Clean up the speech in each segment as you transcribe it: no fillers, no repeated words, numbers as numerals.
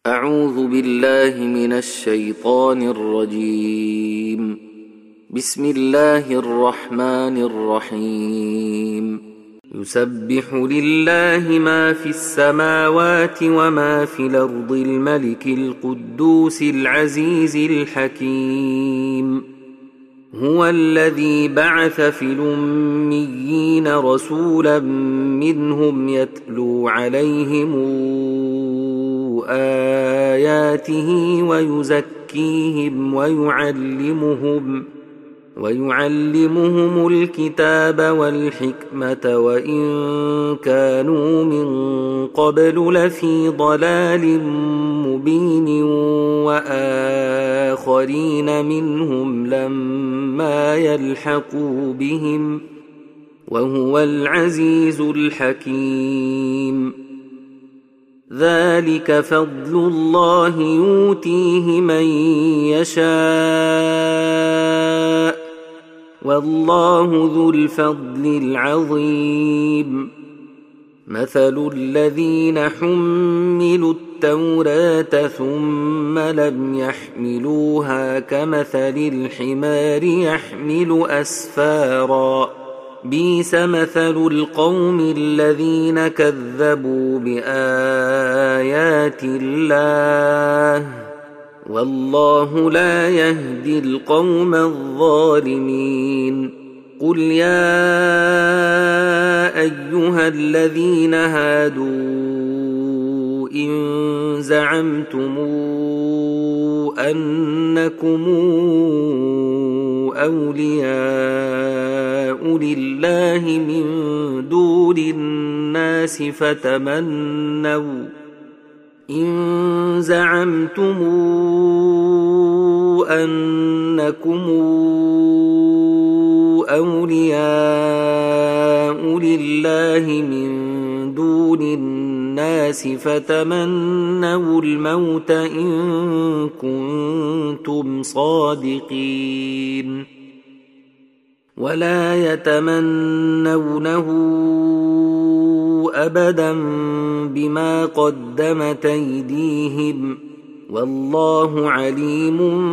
أعوذ بالله من الشيطان الرجيم. بسم الله الرحمن الرحيم. يسبح لله ما في السماوات وما في الأرض الملك القدوس العزيز الحكيم. هو الذي بعث في الأميين رسولا منهم يتلو عليهم آياته ويزكيهم ويعلمهم الكتاب والحكمة وإن كانوا من قبل لفي ضلال مبين وآخرين منهم لما يلحقوا بهم وهو العزيز الحكيم. ذلك فضل الله يؤتيه من يشاء والله ذو الفضل العظيم. مثل الذين حملوا التوراة ثم لم يحملوها كمثل الحمار يحمل أسفارا بئس مثل القوم الذين كذبوا بآيات الله والله لا يهدي القوم الظالمين. قل يا أيها الذين هادوا إن زعمتم أنكم أولياء لله من دون الناس فتمنوا الموت إن كنتم صادقين ولا يتمنونه أبدا بما قدمت أيديهم والله عليم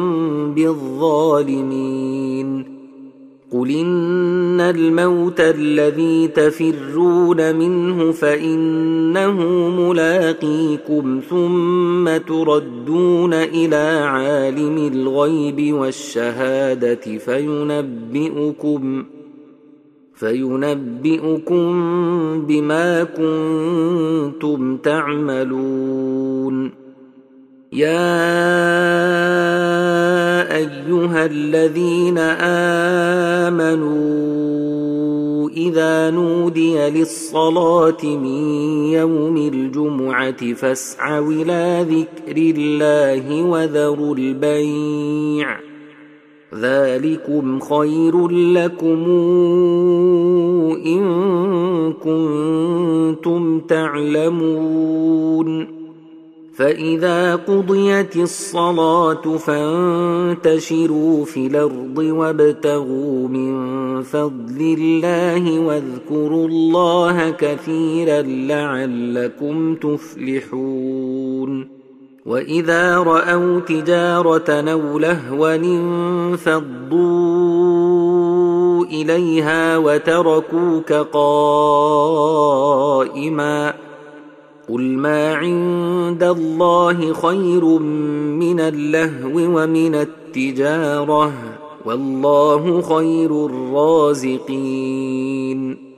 بالظالمين. قل إن الموت الذي تفرون منه فإنه ملاقيكم ثم تردون إلى عالم الغيب والشهادة فينبئكم بما كنتم تعملون. يا أيها الذين آمنوا إذا نودي للصلاة من يوم الجمعة فاسعوا إلى ذكر الله وذروا البيع ذلكم خير لكم إن كنتم تعلمون. فإذا قضيت الصلاة فانتشروا في الأرض وابتغوا من فضل الله واذكروا الله كثيرا لعلكم تفلحون. وإذا رأوا تجارة أو لهوا انفضوا إليها وتركوك قائما قل ما عند الله خير من اللهو ومن التجارة والله خير الرازقين.